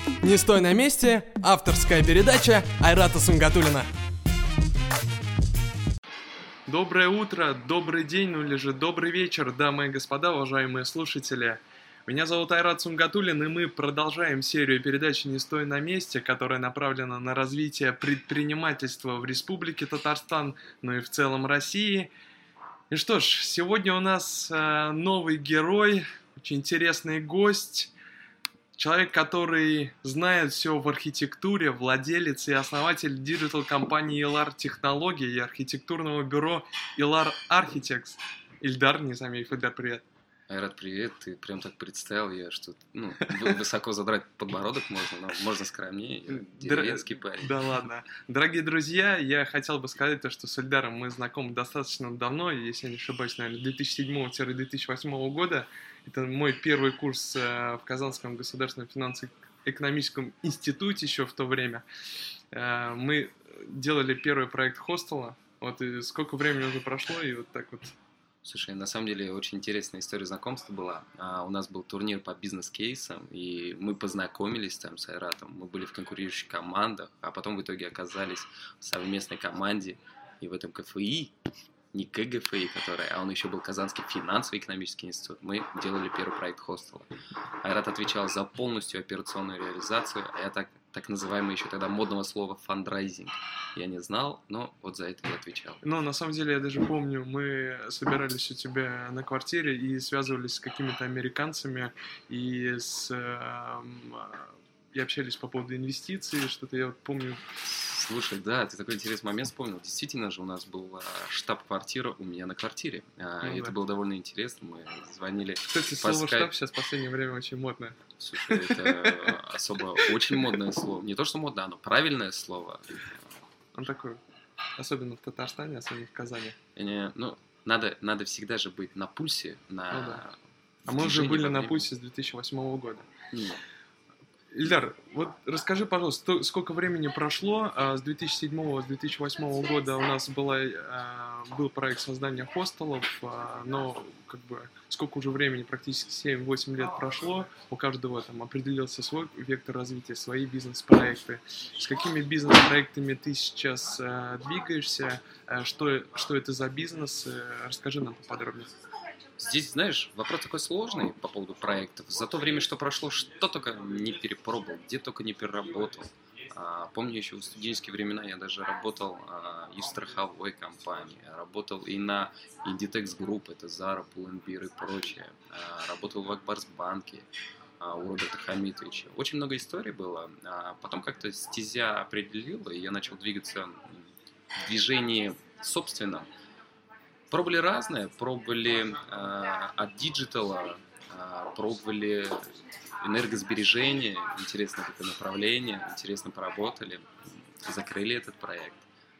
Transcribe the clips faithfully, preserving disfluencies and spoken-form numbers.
Не стой на месте. Авторская передача Айрата Сунгатуллина. Доброе утро, добрый день, ну или же добрый вечер, дамы и господа, уважаемые слушатели. Меня зовут Айрат Сунгатуллин, и мы продолжаем серию передач «Не стой на месте», которая направлена на развитие предпринимательства в Республике Татарстан, ну и в целом России. И что ж, сегодня у нас э, новый герой, очень интересный гость, человек, который знает все в архитектуре, владелец и основатель диджитал-компании эл ар Технологии и архитектурного бюро эл ар Architects. Ильдар Низамиев. Ильдар, привет. Айрат, привет. Ты прям так представил, я что ну, высоко задрать подбородок можно, но можно скромнее. Деревенский парень. Да ладно. Дорогие друзья, я хотел бы сказать то, что с Ильдаром мы знакомы достаточно давно, если я не ошибаюсь, наверное, две тысячи седьмого - две тысячи восьмого года. Это мой первый курс в Казанском государственном финансово-экономическом институте еще в то время. Мы делали первый проект хостела. Вот и сколько времени уже прошло, и вот так вот. Слушай, на самом деле очень интересная история знакомства была. А, у нас был турнир по бизнес-кейсам, и мы познакомились там с Айратом. Мы были в конкурирующих командах, а потом в итоге оказались в совместной команде. И в этом ка эф и, не ка гэ эф и, который, а он еще был Казанский финансово-экономический институт, мы делали первый проект хостела. Айрат отвечал за полностью операционную реализацию, а я так, так называемое еще тогда модного слова фандрайзинг. Я не знал, но вот за это я отвечал. Ну, на самом деле, я даже помню, мы собирались у тебя на квартире и связывались с какими-то американцами и с... и общались по поводу инвестиций, что-то я вот помню. Слушай, да, ты такой интересный момент вспомнил. Действительно же, у нас была штаб-квартира у меня на квартире. А, ну, это да. было довольно интересно. Мы звонили. Кстати, слово скайп... штаб сейчас в последнее время очень модное. Слушай, это особо очень модное слово. Не то, что модное, оно правильное слово. Он такой, особенно в Татарстане, особенно в Казани. Не, ну, надо, надо всегда же быть на пульсе, на... Ну, да. А мы уже были на пульсе с две тысячи восьмого года. Нет. Ильдар, вот расскажи, пожалуйста, сколько времени прошло, с две тысячи седьмого - две тысячи восьмого года у нас была, был проект создания хостелов, но как бы сколько уже времени, практически семь-восемь лет прошло, у каждого там определился свой вектор развития, свои бизнес-проекты. С какими бизнес-проектами ты сейчас двигаешься, что, что это за бизнес, расскажи нам поподробнее. Здесь, знаешь, вопрос такой сложный по поводу проектов. За то время, что прошло, что только не перепробовал, где только не переработал. А, помню, еще в студенческие времена я даже работал а, и в страховой компании, работал и на Inditex Group, это Zara, Pull&Bear и прочее. А, работал в Акбарсбанке а, у Роберта Хамитовича. Очень много историй было. А, потом как-то стезя определила, и я начал двигаться в движении собственном. Пробовали разное, пробовали э, от диджитала, э, пробовали энергосбережение, интересное такое направление, интересно поработали, закрыли этот проект.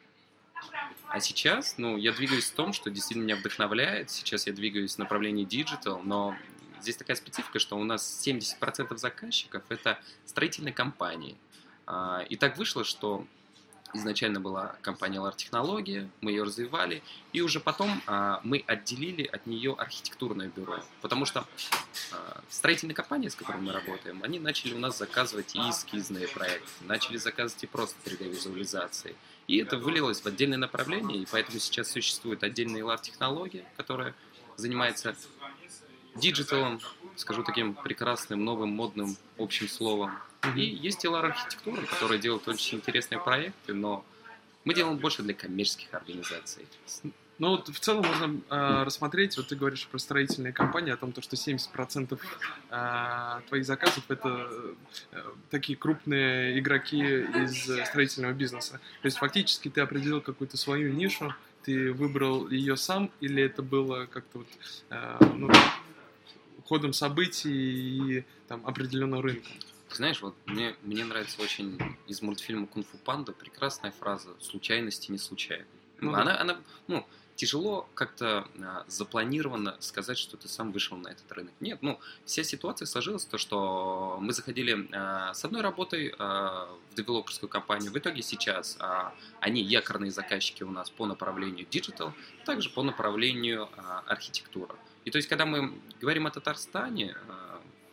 А сейчас, ну, я двигаюсь в том, что действительно меня вдохновляет, сейчас я двигаюсь в направлении диджитал, но здесь такая специфика, что у нас семьдесят процентов заказчиков – это строительные компании. Э, и так вышло, что... Изначально была компания эл ар Технологии, мы ее развивали, и уже потом а, мы отделили от нее архитектурное бюро, потому что а, строительные компании, с которыми мы работаем, они начали у нас заказывать и эскизные проекты, начали заказывать и просто три дэ-визуализации. И это вылилось в отдельное направление, и поэтому сейчас существует отдельная эл ар Технология, которая занимается диджиталом, скажу таким прекрасным, новым, модным, общим словом. И есть эл ар Архитектура, которая делает очень интересные проекты, но мы делаем больше для коммерческих организаций. Ну вот в целом можно э, рассмотреть, вот ты говоришь про строительные компании, о том, что семьдесят процентов э, твоих заказов это э, такие крупные игроки из строительного бизнеса. То есть фактически ты определил какую-то свою нишу, ты выбрал ее сам, или это было как-то вот, э, ну, ходом событий и там, определенного рынка? Знаешь, вот мне, мне нравится очень из мультфильма «Кунг-фу Панда» прекрасная фраза «случайности не случайны». Ну, она, да. она, ну, тяжело как-то а, запланированно сказать, что ты сам вышел на этот рынок. Нет, ну, вся ситуация сложилась, то, что мы заходили а, с одной работой а, в девелоперскую компанию. В итоге сейчас а, они якорные заказчики у нас по направлению digital, также по направлению а, архитектура. И то есть, когда мы говорим о Татарстане, а,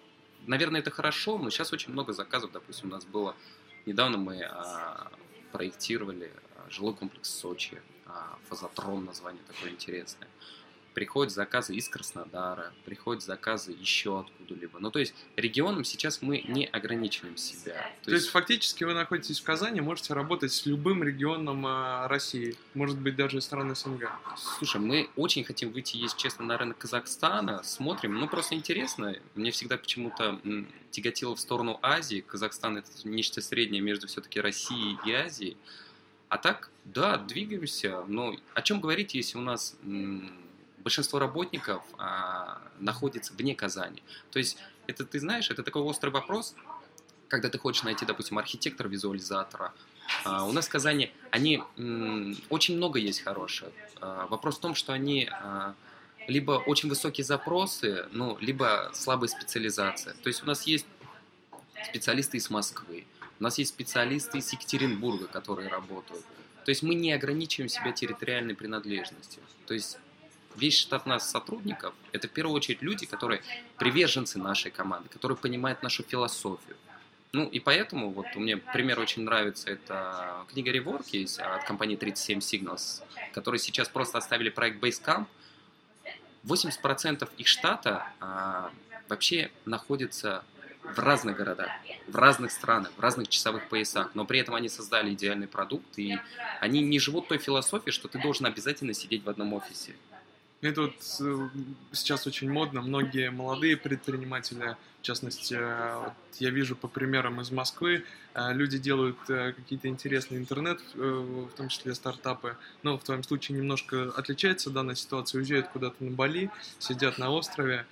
наверное, это хорошо, но сейчас очень много заказов. Допустим, у нас было... Недавно мы а, проектировали а, жилой комплекс в Сочи. А, Фазотрон название такое интересное. Приходят заказы из Краснодара, приходят заказы еще откуда-либо. Ну, то есть, регионом сейчас мы не ограничиваем себя. То, то есть, есть, фактически вы находитесь в Казани, можете работать с любым регионом э, России, может быть, даже из стран СНГ. Слушай, мы очень хотим выйти, если честно, на рынок Казахстана, смотрим, ну, просто интересно. Мне всегда почему-то м, тяготило в сторону Азии. Казахстан — это нечто среднее между все-таки Россией и Азией. А так, да, двигаемся. Но о чем говорить, если у нас... М, большинство работников а, находится вне Казани. То есть, это, ты знаешь, это такой острый вопрос, когда ты хочешь найти, допустим, архитектора-визуализатора. А, у нас в Казани они, м, очень много есть хороших. А, вопрос в том, что они а, либо очень высокие запросы, ну, либо слабая специализация. То есть, у нас есть специалисты из Москвы, у нас есть специалисты из Екатеринбурга, которые работают. То есть, мы не ограничиваем себя территориальной принадлежностью. То есть, весь штат нас сотрудников – это в первую очередь люди, которые приверженцы нашей команды, которые понимают нашу философию. Ну и поэтому, вот мне пример очень нравится, это книга Rework есть от компании тридцать семь Signals, которые сейчас просто оставили проект Basecamp. восемьдесят процентов их штата а, вообще находится в разных городах, в разных странах, в разных часовых поясах, но при этом они создали идеальный продукт, и они не живут той философией, что ты должен обязательно сидеть в одном офисе. Это вот сейчас очень модно, многие молодые предприниматели, в частности, вот я вижу по примерам из Москвы, люди делают какие-то интересные интернет, в том числе стартапы, но в твоем случае немножко отличается данная ситуация, уезжают куда-то на Бали, сидят на острове,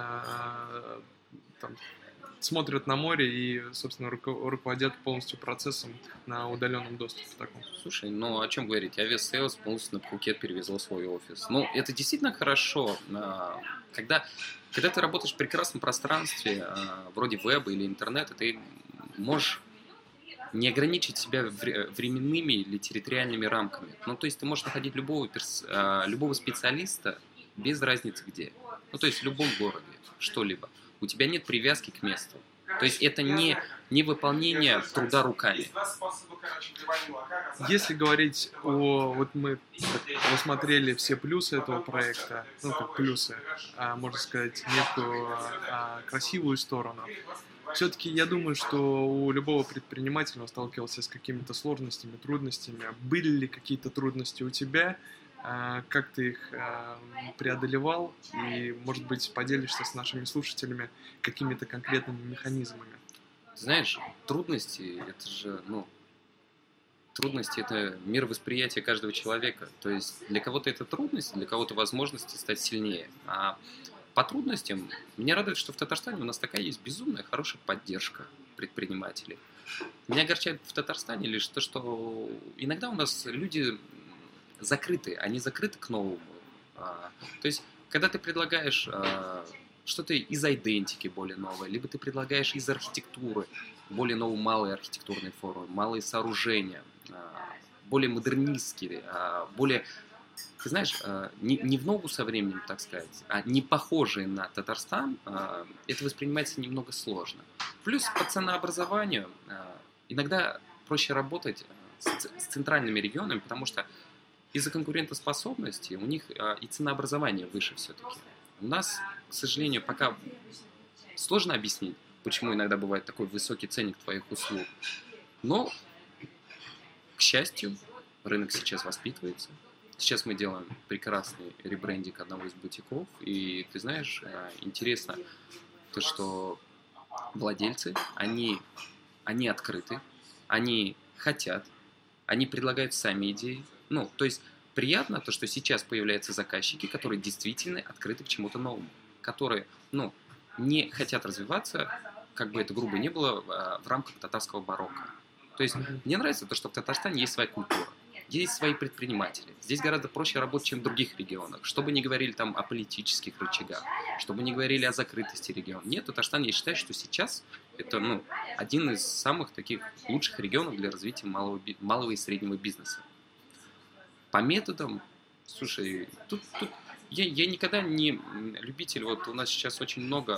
там, смотрят на море и, собственно, руководят полностью процессом на удаленном доступе таком. Слушай, ну о чем говорить? Авиасейлс полностью на Пхукет перевезла свой офис. Ну, это действительно хорошо. Когда, когда ты работаешь в прекрасном пространстве, вроде веба или интернета, ты можешь не ограничить себя временными или территориальными рамками. Ну, то есть ты можешь находить любого, перс... любого специалиста без разницы где. Ну, то есть в любом городе, что-либо. У тебя нет привязки к месту. То есть это не, не выполнение труда руками. Если говорить о... Вот мы рассмотрели все плюсы этого проекта, ну как плюсы, а, можно сказать, некую а, красивую сторону. Все-таки я думаю, что у любого предпринимателя он сталкивался с какими-то сложностями, трудностями. Были ли какие-то трудности у тебя? Как ты их преодолевал, и, может быть, поделишься с нашими слушателями какими-то конкретными механизмами? Знаешь, трудности — это же, ну, трудности — это мировосприятие каждого человека. То есть для кого-то это трудность, для кого-то возможность стать сильнее. А по трудностям меня радует, что в Татарстане у нас такая есть безумная хорошая поддержка предпринимателей. Меня огорчает в Татарстане лишь то, что иногда у нас люди закрыты, они закрыты к новому. А, то есть, когда ты предлагаешь а, что-то из идентики более новое, либо ты предлагаешь из архитектуры более новые малые архитектурные формы, малые сооружения, а, более модернистские, а, более, ты знаешь, а, не, не в ногу со временем, так сказать, а не похожие на Татарстан, а, это воспринимается немного сложно. Плюс по ценообразованию а, иногда проще работать с, с центральными регионами, потому что из-за конкурентоспособности у них а, и ценообразование выше все-таки. У нас, к сожалению, пока сложно объяснить, почему иногда бывает такой высокий ценник твоих услуг. Но, к счастью, рынок сейчас воспитывается. Сейчас мы делаем прекрасный ребрендинг одного из бутиков. И ты знаешь, а, интересно то, что владельцы, они, они открыты, они хотят, они предлагают сами идеи. Ну, то есть приятно то, что сейчас появляются заказчики, которые действительно открыты к чему-то новому, которые, ну, не хотят развиваться, как бы это грубо ни было, в рамках татарского барокко. То есть мне нравится то, что в Татарстане есть своя культура, есть свои предприниматели. Здесь гораздо проще работать, чем в других регионах. Что бы ни говорили там о политических рычагах, что бы ни говорили о закрытости региона. Нет, Татарстан, я считаю, что сейчас это, ну, один из самых таких лучших регионов для развития малого, малого и среднего бизнеса. По методам, слушай, тут, тут я, я никогда не любитель, вот у нас сейчас очень много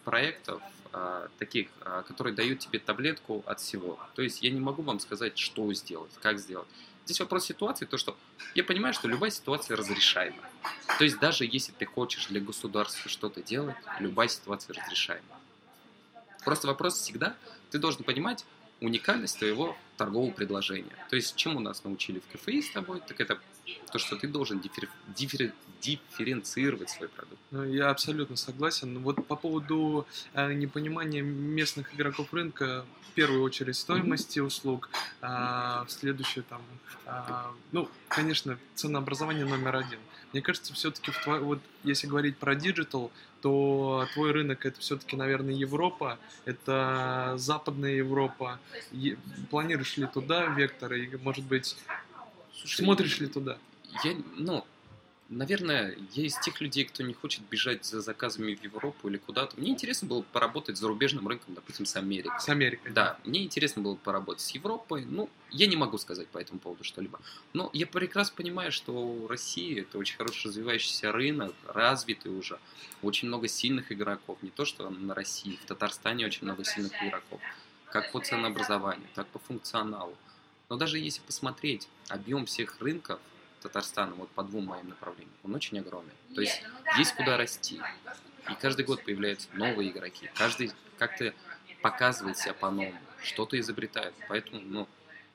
проектов а, таких, а, которые дают тебе таблетку от всего. То есть я не могу вам сказать, что сделать, как сделать. Здесь вопрос ситуации, то что я понимаю, что любая ситуация разрешаема. То есть даже если ты хочешь для государства что-то делать, любая ситуация разрешаема. Просто вопрос всегда, ты должен понимать уникальность твоего торгового предложения. То есть чему нас научили в КФИ с тобой, так это то, что ты должен диффер... Диффер... дифференцировать свой продукт. Ну, я абсолютно согласен. Вот по поводу э, непонимания местных игроков рынка, в первую очередь стоимости услуг, а в следующее там, а, ну, конечно, ценообразование номер один. Мне кажется, все-таки в тво... вот если говорить про диджитал, то твой рынок это все-таки, наверное, Европа, это Западная Европа. Е... Планируешь ли туда вектор и, может быть, Слушай, смотришь ли туда? Я, ну, наверное, я из тех людей, кто не хочет бежать за заказами в Европу или куда-то. Мне интересно было поработать с зарубежным рынком, допустим, с Америкой. С Америкой. Да, мне интересно было поработать с Европой. Ну, я не могу сказать по этому поводу что-либо. Но я прекрасно понимаю, что Россия — это очень хорошо развивающийся рынок, развитый уже. Очень много сильных игроков. Не то, что на России. В Татарстане очень много сильных игроков. Как по ценообразованию, так по функционалу. Но даже если посмотреть объем всех рынков Татарстана вот по двум моим направлениям, он очень огромен. То есть есть куда расти. И каждый год появляются новые игроки. Каждый как-то показывает себя по-новому, что-то изобретает. Поэтому, ну,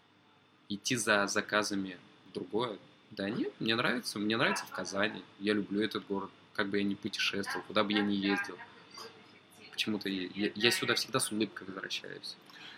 идти за заказами в другое, да нет, мне нравится. Мне нравится в Казани. Я люблю этот город. Как бы я ни путешествовал, куда бы я ни ездил. Почему-то я, я сюда всегда с улыбкой возвращаюсь.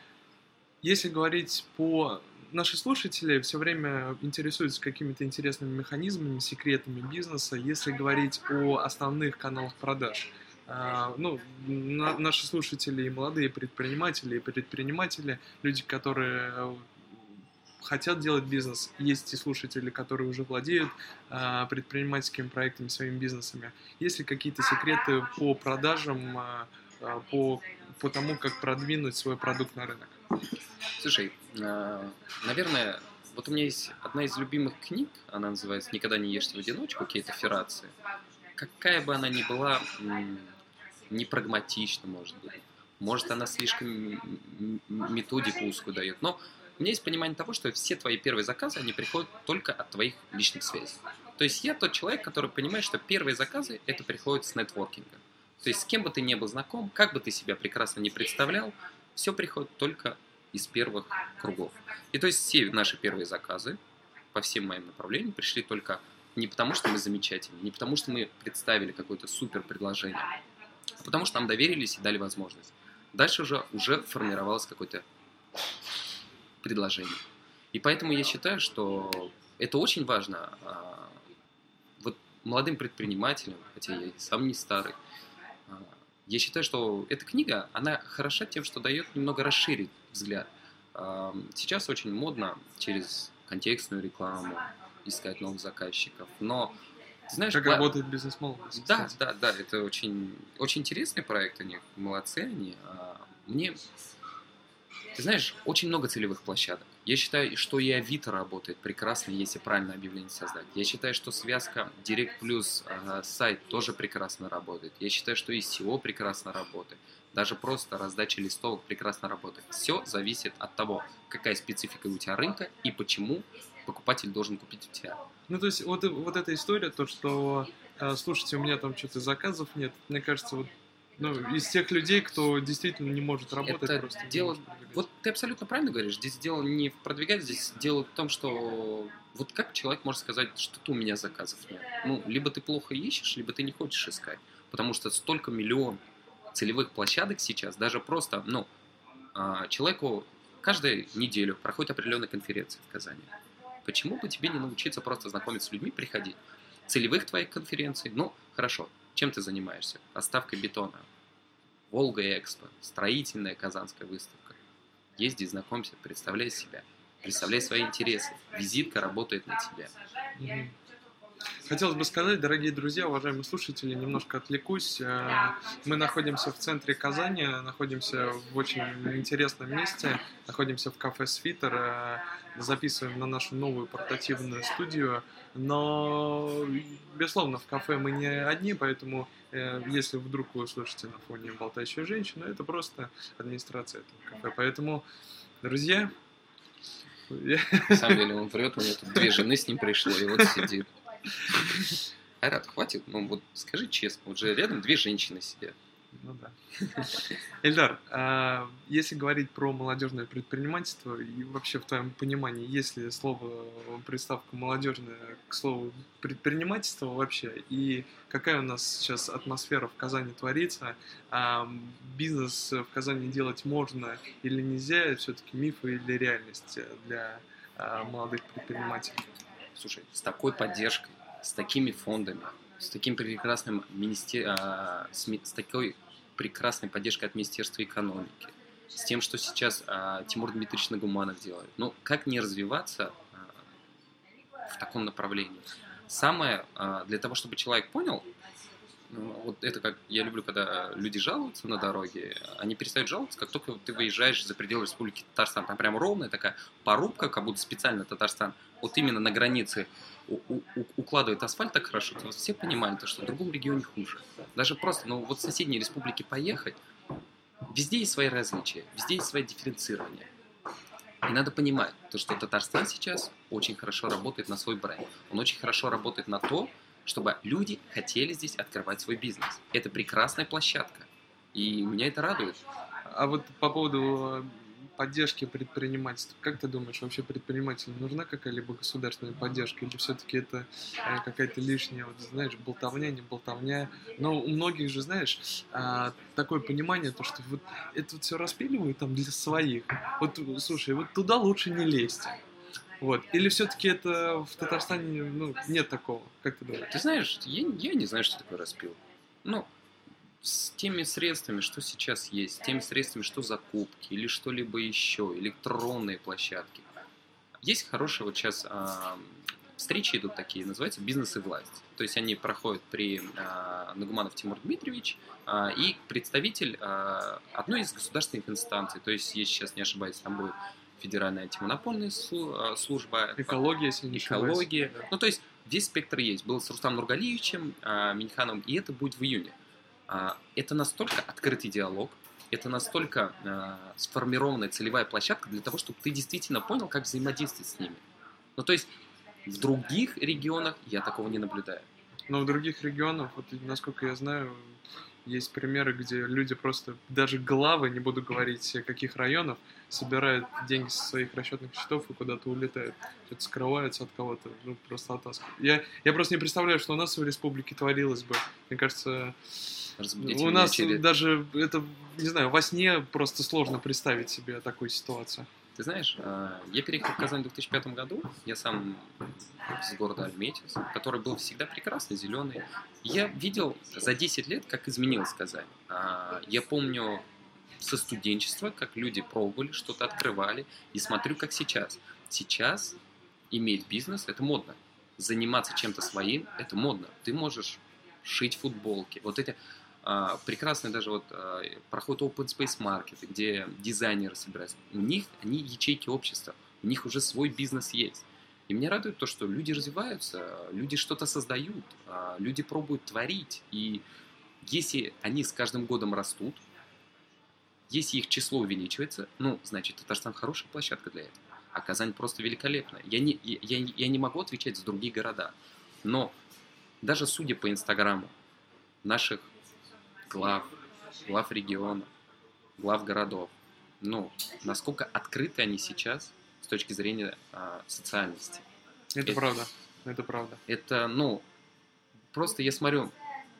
Если говорить по... Наши слушатели все время интересуются какими-то интересными механизмами, секретами бизнеса. Если говорить о основных каналах продаж, э, ну, на, наши слушатели и молодые предприниматели, и предприниматели, люди, которые хотят делать бизнес, есть и слушатели, которые уже владеют э, предпринимательскими проектами, своими бизнесами. Есть ли какие-то секреты по продажам, э, по, по тому, как продвинуть свой продукт на рынок? Слушай, наверное, вот у меня есть одна из любимых книг, она называется «Никогда не ешьте в одиночку», Кейта Ферраци. Какая бы она ни была, не прагматична, может быть, может она слишком методику узкую дает, но у меня есть понимание того, что все твои первые заказы, они приходят только от твоих личных связей. То есть я тот человек, который понимает, что первые заказы это приходит с нетворкинга. То есть с кем бы ты ни был знаком, как бы ты себя прекрасно не представлял, все приходит только из первых кругов. И то есть все наши первые заказы по всем моим направлениям пришли только не потому, что мы замечательны, не потому, что мы представили какое-то супер предложение, а потому что нам доверились и дали возможность. Дальше уже, уже формировалось какое-то предложение. И поэтому я считаю, что это очень важно вот молодым предпринимателям, хотя я и сам не старый. Я считаю, что эта книга, она хороша тем, что дает немного расширить взгляд. Сейчас очень модно через контекстную рекламу искать новых заказчиков, но ты знаешь, как пла... работает бизнес-молодость. Да, да, да, это очень, очень интересный проект, они молодцы, они. Мне, ты знаешь, очень много целевых площадок. Я считаю, что и Авито работает прекрасно, если правильно объявление создать. Я считаю, что связка Директ Плюс э, сайт тоже прекрасно работает. Я считаю, что и сео прекрасно работает. Даже просто раздача листовок прекрасно работает. Все зависит от того, какая специфика у тебя рынка и почему покупатель должен купить у тебя. Ну, то есть, вот, вот эта история, то, что, э, слушайте, у меня там что-то заказов нет, мне кажется, вот, ну, из тех людей, кто действительно не может работать, это просто дело... Вот ты абсолютно правильно говоришь. Здесь дело не в продвигании, здесь дело в том, что вот как человек может сказать, что у меня заказов нет. Ну, либо ты плохо ищешь, либо ты не хочешь искать. Потому что столько миллион целевых площадок сейчас, даже просто, ну, человеку каждую неделю проходит определенная конференция в Казани. Почему бы тебе не научиться просто знакомиться с людьми, приходить? Целевых твоих конференций, ну, хорошо, чем ты занимаешься? Поставкой бетона. Волга-Экспо, строительная казанская выставка. Езди, знакомься, представляй себя, представляй свои интересы. Визитка работает на тебя. Хотелось бы сказать, дорогие друзья, уважаемые слушатели, немножко отвлекусь. Мы находимся в центре Казани, находимся в очень интересном месте, находимся в кафе «Свитер», записываем на нашу новую портативную студию. Но безусловно, в кафе мы не одни, поэтому э, если вдруг вы услышите на фоне болтающую женщину, это просто администрация этого кафе. Поэтому, друзья... На самом деле он врет, у меня тут две жены с ним пришло, и вот сидит. Айрат, хватит, ну вот скажи честно, вот же рядом две женщины сидят. Ну да. Эльдар, а если говорить про молодежное предпринимательство и вообще в твоем понимании, есть ли слово, приставка молодежное к слову предпринимательство вообще, и какая у нас сейчас атмосфера в Казани творится, а бизнес в Казани делать можно или нельзя, все-таки мифы или реальность для а, молодых предпринимателей? Слушай, с такой поддержкой, с такими фондами, с таким прекрасным министер... с, с такой прекрасной поддержкой от Министерства экономики, с тем, что сейчас а, Тимур Дмитриевич Нагуманов делает. Ну, как не развиваться а, в таком направлении? Самое, а, для того, чтобы человек понял, ну, вот это как я люблю, когда люди жалуются на дороге, они перестают жаловаться, как только ты выезжаешь за пределы Республики Татарстан. Там прям ровная такая порубка, как будто специально Татарстан, вот именно на границе у, у, укладывает асфальт так хорошо, то все понимали, то, что в другом регионе хуже. Даже просто, ну вот в соседние республики поехать, везде есть свои различия, везде есть свои дифференцирования. И надо понимать, то, что Татарстан сейчас очень хорошо работает на свой бренд. Он очень хорошо работает на то, чтобы люди хотели здесь открывать свой бизнес. Это прекрасная площадка. И меня это радует. А вот по поводу поддержки предпринимательства, как ты думаешь, вообще предпринимателям нужна какая-либо государственная поддержка? Или все-таки это какая-то лишняя, вот, знаешь, болтовня, не болтовня? Но у многих же, знаешь, такое понимание, то, что вот это вот все распиливают там для своих. Вот, слушай, вот туда лучше не лезть. Вот. Или все-таки это в Татарстане, ну, нет такого? Как ты думаешь? Ты знаешь, я, я не знаю, что такое распил. Ну, с теми средствами, что сейчас есть, с теми средствами, что закупки или что-либо еще, электронные площадки. Есть хорошие вот сейчас а, встречи идут такие, называются «Бизнес и власть». То есть они проходят при а, Нагуманов Тимур Дмитриевич а, и представитель а, одной из государственных инстанций. То есть, если сейчас не ошибаюсь, там будет Федеральная антимонопольная служба, экология, если не экология. ошибаюсь. Ну, то есть, весь спектр есть. Был с Рустамом Нургалиевичем, а, Минихановым, и это будет в июне. А, это настолько открытый диалог, это настолько а, сформированная целевая площадка для того, чтобы ты действительно понял, как взаимодействовать с ними. Ну, то есть, в других регионах я такого не наблюдаю. Но в других регионах, вот, насколько я знаю, есть примеры, где люди просто, даже главы, не буду говорить каких районов, собирают деньги со своих расчетных счетов и куда-то улетают. Что-то скрываются от кого-то, ну, просто оттаскивают. Я, я просто не представляю, что у нас в республике творилось бы. Мне кажется, Разбудите у нас через... даже, это, не знаю, во сне просто сложно представить себе такую ситуацию. Ты знаешь, я переехал в Казань в две тысячи пятом году, я сам из города Альметьевск, который был всегда прекрасный, зеленый. Я видел за десять лет, как изменилась Казань. Я помню со студенчества, как люди пробовали, что-то открывали, и смотрю, как сейчас. Сейчас иметь бизнес – это модно. Заниматься чем-то своим – это модно. Ты можешь шить футболки. Вот эти а, прекрасные даже вот а, проходят open space маркеты, где дизайнеры собираются. У них они ячейки общества, у них уже свой бизнес есть. И меня радует то, что люди развиваются, люди что-то создают, а, люди пробуют творить. И если они с каждым годом растут, если их число увеличивается, ну, значит, Татарстан хорошая площадка для этого. А Казань просто великолепная. Я не, я, я не могу отвечать за другие города. Но даже судя по Инстаграму наших глав, глав региона, глав городов, ну, насколько открыты они сейчас с точки зрения а, социальности. Это, это правда, это правда. Это, ну, просто я смотрю...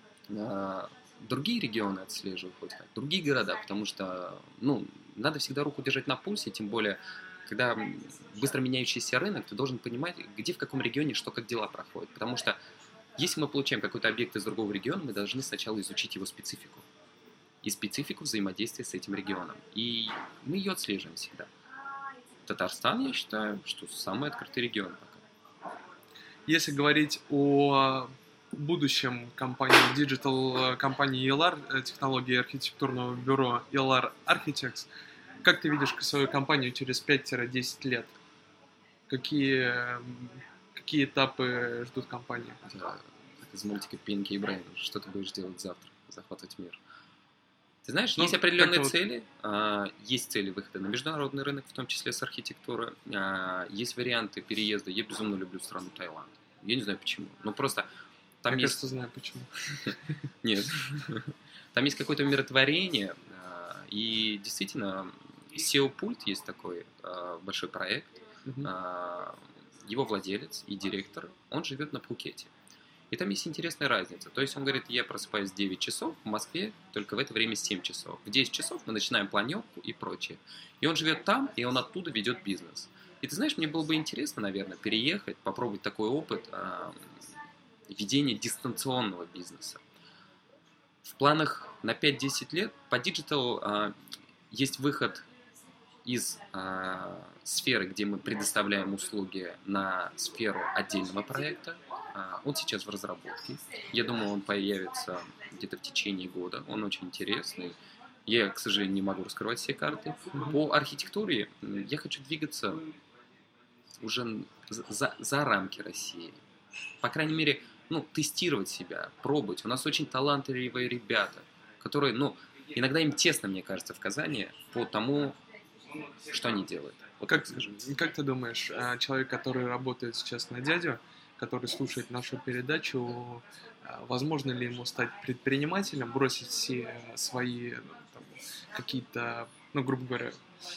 А, другие регионы отслеживают, хоть как, другие города, потому что, ну, надо всегда руку держать на пульсе, тем более, когда быстро меняющийся рынок, ты должен понимать, где, в каком регионе, что, как дела проходят. Потому что, если мы получаем какой-то объект из другого региона, мы должны сначала изучить его специфику. И специфику взаимодействия с этим регионом. И мы ее отслеживаем всегда. Татарстан, я считаю, что самый открытый регион пока. Если говорить о будущем компании, диджитал компании и эл ар, технологии архитектурного бюро и эл ар Architects, как ты видишь свою компанию через пять-десять лет? Какие, какие этапы ждут компанию? из мультика Пинки и Брейн. Что ты будешь делать завтра? Захватывать мир. Ты знаешь, Ну, есть определенные вот... цели, а, есть цели выхода на международный рынок, в том числе с архитектуры, а, есть варианты переезда. Я безумно люблю страну Таиланд. Я не знаю почему, но просто там Я есть... кажется, знаю почему. Нет. Там есть какое-то умиротворение, и действительно, сео-пульт есть такой большой проект, его владелец и директор, он живет на Пхукете. И там есть интересная разница. То есть он говорит, я просыпаюсь в девять часов, в Москве только в это время семь часов. В десять часов мы начинаем планерку и прочее. И он живет там, и он оттуда ведет бизнес. И ты знаешь, мне было бы интересно, наверное, переехать, попробовать такой опыт э, ведения дистанционного бизнеса. В планах на пять-десять лет по диджиталу э, есть выход из э, сферы, где мы предоставляем услуги, на сферу отдельного проекта. Он сейчас в разработке. Я думаю, он появится где-то в течение года. Он очень интересный. Я, к сожалению, не могу раскрывать все карты. По архитектуре я хочу двигаться уже за, за рамки России. По крайней мере, ну, тестировать себя, пробовать. У нас очень талантливые ребята, которые, ну, иногда им тесно, мне кажется, в Казани по тому, что они делают. Вот как, как ты думаешь, человек, который работает сейчас на дядю, который слушает нашу передачу, возможно ли ему стать предпринимателем, бросить все свои там, какие-то, ну, грубо говоря,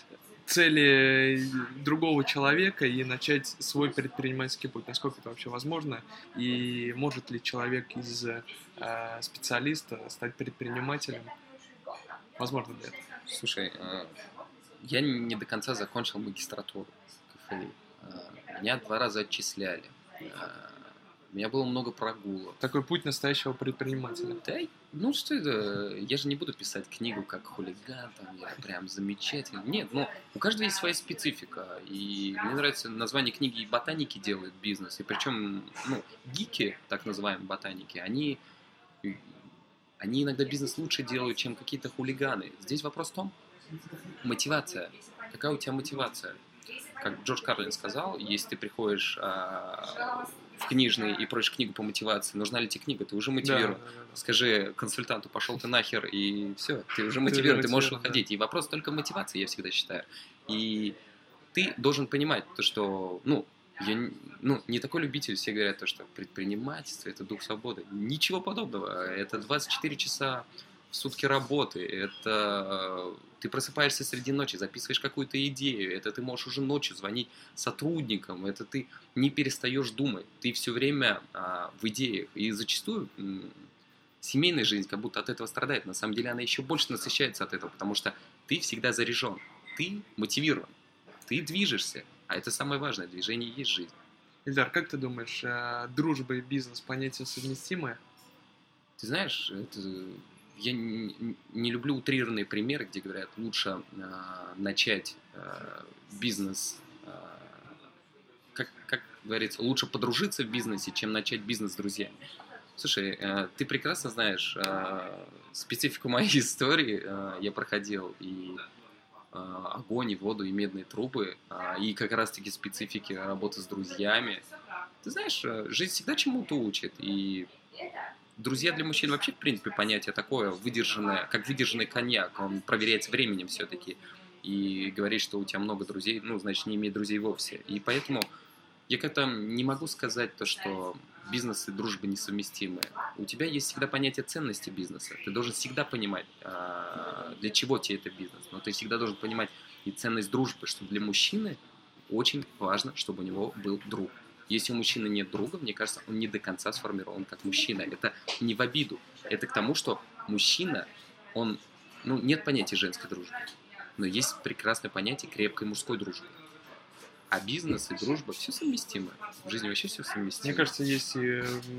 цели другого человека и начать свой предпринимательский путь? Насколько это вообще возможно? И может ли человек из э, специалиста стать предпринимателем? Возможно ли это? Слушай, я не до конца закончил магистратуру КФИ. Меня два раза отчисляли. У меня было много прогулок. Такой путь настоящего предпринимателя. Да, ну что это, я же не буду писать книгу как хулиган, там, я прям замечательный. Нет, ну, у каждого есть своя специфика. И мне нравится название книги «И ботаники делают бизнес». И причем, ну, гики, так называемые ботаники, они, они иногда бизнес лучше делают, чем какие-то хулиганы. Здесь вопрос в том, мотивация. Какая у тебя мотивация? Как Джордж Карлин сказал, если ты приходишь а, в книжный и просишь книгу по мотивации, нужна ли тебе книга, ты уже мотивирован. Да, да, да. Скажи консультанту, пошел ты нахер, и все, ты уже мотивирован, ты, ты можешь уходить. Да. И вопрос только мотивации, я всегда считаю. И ты должен понимать, то, что, ну, я ну, не такой любитель, все говорят, то, что предпринимательство – это дух свободы. Ничего подобного. Это двадцать четыре часа в сутки работы, это ты просыпаешься среди ночи, записываешь какую-то идею, это ты можешь уже ночью звонить сотрудникам, это ты не перестаешь думать, ты все время а, в идеях. И зачастую м, семейная жизнь как будто от этого страдает. На самом деле она еще больше насыщается от этого, потому что ты всегда заряжен, ты мотивирован, ты движешься, а это самое важное, движение есть жизнь. Ильдар, как ты думаешь, дружба и бизнес понятия совместимые? Ты знаешь, это... Я не, не люблю утрированные примеры, где говорят, лучше э, начать э, бизнес, э, как, как говорится, лучше подружиться в бизнесе, чем начать бизнес с друзьями. Слушай, э, ты прекрасно знаешь э, специфику моей истории. Э, я проходил и э, огонь, и воду, и медные трубы, э, и как раз-таки специфики работы с друзьями. Ты знаешь, э, жизнь всегда чему-то учит, и друзья для мужчин вообще, в принципе, понятие такое, выдержанное, как выдержанный коньяк. Он проверяется временем все-таки. И говорит, что у тебя много друзей, ну, значит, не имеет друзей вовсе. И поэтому я как-то не могу сказать то, что бизнес и дружба несовместимы. У тебя есть всегда понятие ценности бизнеса. Ты должен всегда понимать, для чего тебе это бизнес. Но ты всегда должен понимать и ценность дружбы, что для мужчины очень важно, чтобы у него был друг. Если у мужчины нет друга, мне кажется, он не до конца сформирован как мужчина. Это не в обиду. Это к тому, что мужчина, он... Ну, нет понятия женской дружбы. Но есть прекрасное понятие крепкой мужской дружбы. А бизнес и дружба все совместимо. В жизни вообще все совместимо. Мне кажется, есть и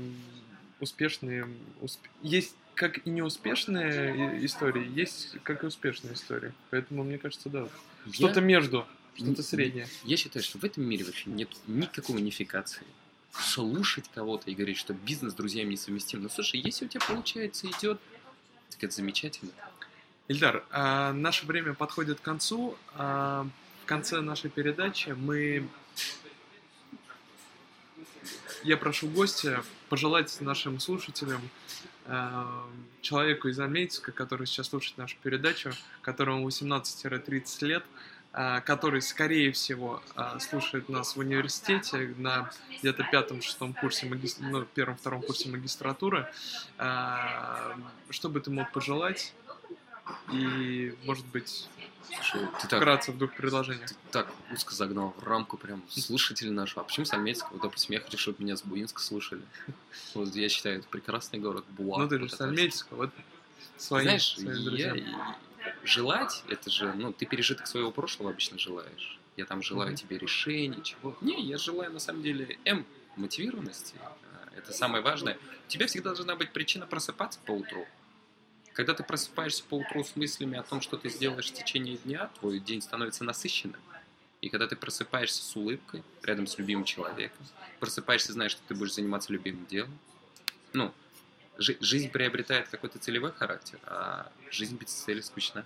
успешные... Усп... Есть как и неуспешные истории, есть как и успешные истории. Поэтому, мне кажется, да. Я... Что-то между... Что-то среднее. Я считаю, что в этом мире вообще нет никакой унификации. Слушать кого-то и говорить, что бизнес с друзьями несовместим. Ну, слушай, если у тебя получается, идет, так это замечательно. Ильдар, а, наше время подходит к концу. А, в конце нашей передачи мы... я прошу гостя пожелать нашим слушателям, э, человеку из Альметьевска, который сейчас слушает нашу передачу, которому восемнадцать-тридцать лет, э, который, скорее всего, э, слушает нас в университете на где-то пятом-шестом курсе, маги... ну, первом-втором курсе магистратуры, э, что бы ты мог пожелать? И, может быть, Слушай, ты так, вкратце в двух предложениях. ты так узко загнал в рамку прям слушателей нашего. А почему с Альметьевска? Вот, допустим, я хочу, чтобы меня с Буинска слушали. Вот я считаю, это прекрасный город. Буа. Ну, ты же вот с это. Альметьевска, вот свои, Знаешь, своим я, друзьям. и- желать, это же, ну, ты пережиток своего прошлого обычно желаешь. Я там желаю Мгм. тебе решений, чего. Не, я желаю, на самом деле, М, мотивированности. А, Это самое важное. У тебя всегда должна быть причина просыпаться по утру. Когда ты просыпаешься по утру с мыслями о том, что ты сделаешь в течение дня, твой день становится насыщенным. И когда ты просыпаешься с улыбкой, рядом с любимым человеком, просыпаешься, зная, что ты будешь заниматься любимым делом, ну, жи- жизнь приобретает какой-то целевой характер, а жизнь без цели скучна.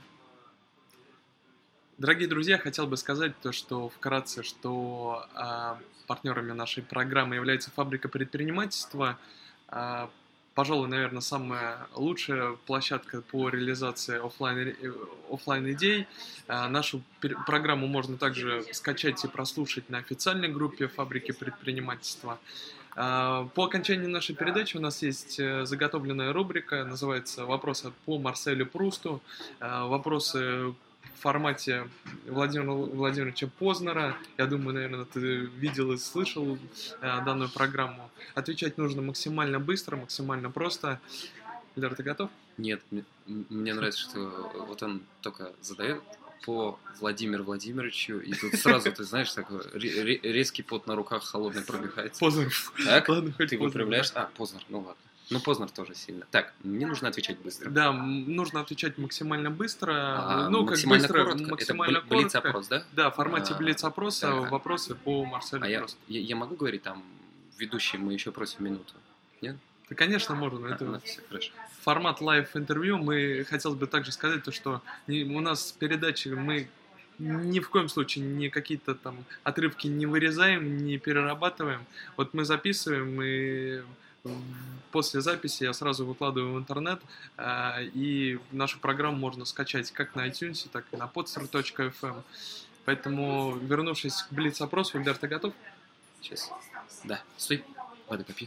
Дорогие друзья, хотел бы сказать то, что вкратце, что а, партнерами нашей программы является фабрика предпринимательства. А, пожалуй, наверное, самая лучшая площадка по реализации оффлайн, оффлайн идей. А, нашу пер- программу можно также скачать и прослушать на официальной группе фабрики предпринимательства. А, По окончании нашей передачи у нас есть э, заготовленная рубрика, называется «Вопросы по Марселю Прусту». А, Вопросы в формате Владимира Владимировича Познера. Я думаю, наверное, ты видел и слышал э, данную программу. Отвечать нужно максимально быстро, максимально просто. Лер, ты готов? Нет, мне, м- мне нравится, что вот он только задает по Владимиру Владимировичу, и тут сразу, ты знаешь, такой ре- ре- резкий пот на руках холодный пробегается. Познер. Так, Ладно, хоть ты Познер, выправляешь. А, Познер, ну ладно. Ну, Познер тоже сильно. Так, мне нужно отвечать быстро. Да, м, нужно отвечать максимально быстро. А, ну, как максимально быстро, коротко. максимально Это бли- коротко. блиц-опрос, да? Да, в формате А, блиц-опроса так. вопросы по Марселю А я, Прусту. я, я могу говорить там, ведущий, мы еще просим минуту? Нет? Да, конечно, можно. А, Это ну, все, хорошо. формат лайв-интервью. Мы хотелось бы также сказать, то, что не- у нас передачи мы ни в коем случае ни какие-то там отрывки не вырезаем, не перерабатываем. Вот мы записываем, и после записи я сразу выкладываю в интернет, а, и нашу программу можно скачать как на iTunes, так и на podster точка эф эм. Поэтому, вернувшись к блиц-опросу, Ильдар, ты готов? Сейчас. Да, стой. Воды попью.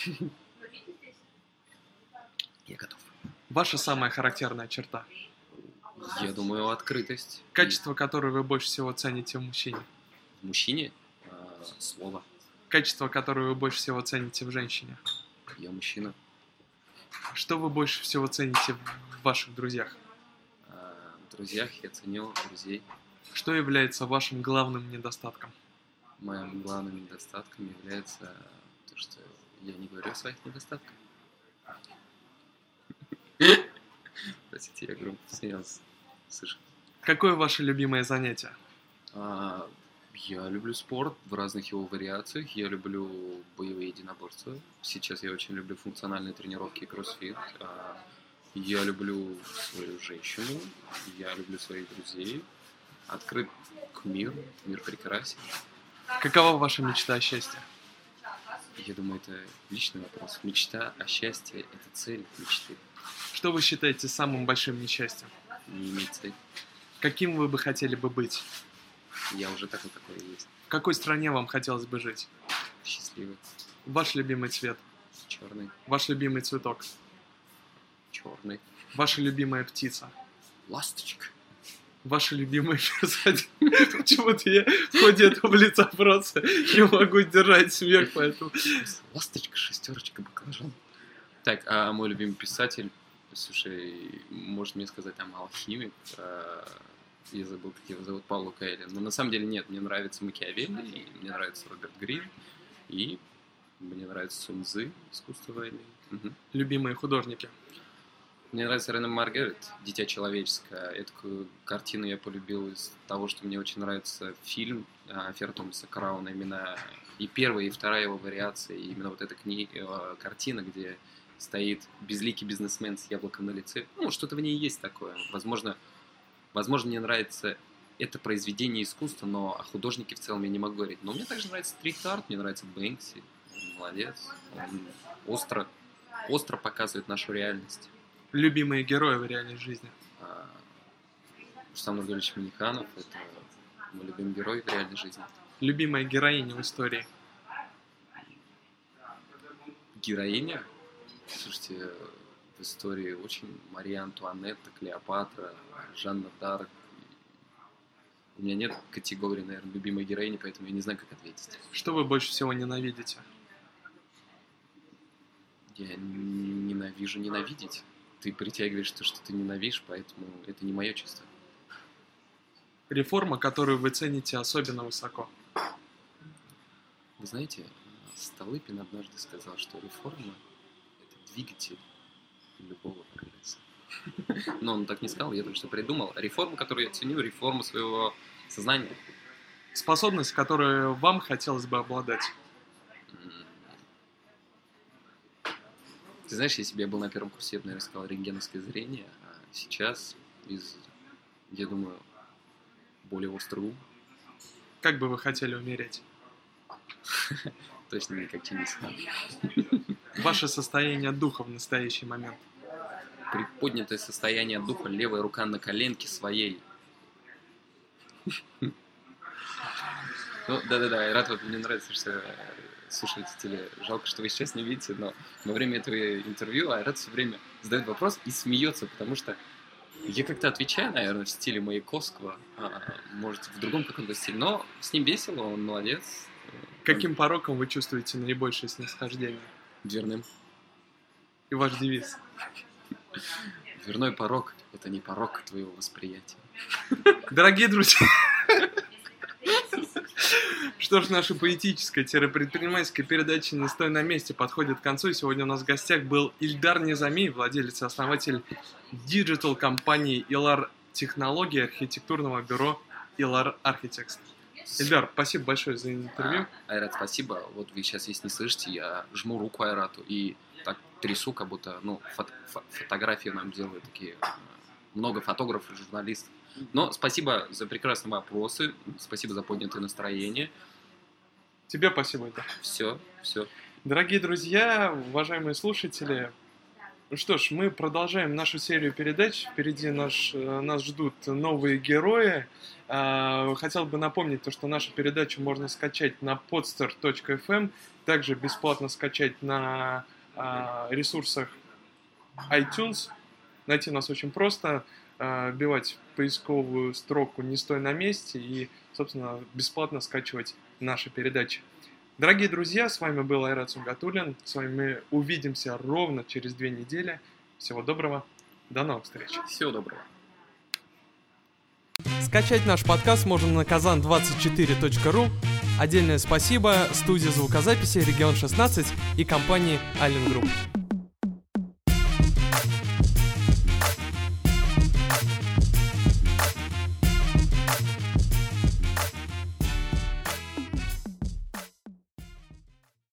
Я готов. Ваша самая характерная черта, Я думаю, открытость. качество, которое вы больше всего цените в мужчине, В мужчине а, слово. качество, которое вы больше всего цените в женщине. Я мужчина. Что вы больше всего цените в ваших друзьях? А, в друзьях я ценю друзей. Что является вашим главным недостатком? Моим главным недостатком является то, что я не говорю о своих недостатках. Простите, я громко посмеялся. Слышь. Какое ваше любимое занятие? А, я люблю спорт в разных его вариациях. Я люблю боевые единоборства. Сейчас я очень люблю функциональные тренировки и кроссфит. А, я люблю свою женщину. Я люблю своих друзей. Открыт к миру. Мир прекрасен. Какова ваша мечта о счастье? Я думаю, это личный вопрос. Мечта о счастье – это цель мечты. Что вы считаете самым большим несчастьем? Не иметь цель. Каким вы бы хотели бы быть? Я уже такой, какой я есть. В какой стране вам хотелось бы жить? Счастливый. Ваш любимый цвет? Черный. Ваш любимый цветок? Черный. Ваша любимая птица? Ласточка. Ваши любимые писатели? Почему-то я в ходе этого блиц-опроса не могу держать смех, поэтому... Ласточка, шестерочка, баклажан. Так, а мой любимый писатель, слушай, может мне сказать там алхимик, а, я забыл, как его зовут, Пауло Коэльо. Но на самом деле нет, мне нравится Макиавелли, и мне нравится Роберт Грин, и мне нравится Сун Цзы, искусство войны. Мгм. Любимые художники? Мне нравится Рене Маргарет, «Дитя человеческое». Эту картину я полюбил из того, что мне очень нравится фильм «Афера Томаса Крауна». Именно и первая, и вторая его вариация, и именно вот эта кни... э, картина, где стоит безликий бизнесмен с яблоком на лице. Ну, что-то в ней есть такое. Возможно, возможно, мне нравится это произведение искусства, но о художнике в целом я не могу говорить. Но мне также нравится стрит-арт, мне нравится Бэнкси, Он молодец. Он остро, остро показывает нашу реальность. Любимые герои в реальной жизни? А, Рустам Нургалевич Минниханов – это мой любимый герой в реальной жизни. Любимая героиня в истории? Героиня? Слушайте, в истории очень Мария Антуанетта, Клеопатра, Жанна Дарк. У меня нет категории, наверное, любимой героини, поэтому я не знаю, как ответить. Что вы больше всего ненавидите? Я ненавижу ненавидеть. Ты притягиваешь то, что ты ненавидишь, поэтому это не мое чувство. Реформа, которую вы цените особенно высоко? Вы знаете, Столыпин однажды сказал, что реформа – это двигатель любого прогресса. Но он так не сказал, я только что придумал. Реформу, которую я ценю, реформу своего сознания. Способность, которую вам хотелось бы обладать? Ты знаешь, если бы я был на первом курсе, я бы, наверное, сказал рентгеновское зрение, а сейчас из, я думаю, более острый ум. Как бы вы хотели умереть? Точно не как Чингисхан. Ваше состояние духа в настоящий момент? Приподнятое состояние духа, левая рука на коленке своей. Ну, да-да-да, Айрат, вот мне нравится, что слушатели, жалко, что вы сейчас не видите, но во время этого интервью Айрат все время задает вопрос и смеется, потому что я как-то отвечаю, наверное, в стиле Маяковского, а, может, в другом каком-то стиле, но с ним весело, он молодец. Каким пороком вы чувствуете наибольшее снисхождение? Дверным. И ваш девиз? Дверной порог – это не порог твоего восприятия. Дорогие друзья, что ж, наша поэтическая-предпринимательская передача «Не стой на месте» подходит к концу. И сегодня у нас в гостях был Ильдар Низами, владелец и основатель диджитал-компании Ilar Технологии, архитектурного бюро Ilar Architects. Ильдар, спасибо большое за интервью. А, Айрат, спасибо. Вот вы сейчас, если не слышите, я жму руку Айрату и так трясу, как будто, ну, фото- фо- фотографии нам делают такие, много фотографов, журналистов. Но спасибо за прекрасные вопросы, спасибо за поднятое настроение. Тебе спасибо, Ильдар. Все, все. Дорогие друзья, уважаемые слушатели, ну что ж, мы продолжаем нашу серию передач. Впереди наш, нас ждут новые герои. Хотел бы напомнить, то, что нашу передачу можно скачать на podster точка эф эм, также бесплатно скачать на ресурсах iTunes. Найти нас очень просто. Вбивать в поисковую строку «Не стой на месте» и, собственно, бесплатно скачивать наши передачи. Дорогие друзья, с вами был Айрат Сунгатуллин. С вами мы увидимся ровно через две недели. Всего доброго. До новых встреч. Всего доброго. Скачать наш подкаст можно на казан двадцать четыре точка ру. Отдельное спасибо студии звукозаписи «Регион шестнадцать» и компании Allen Group.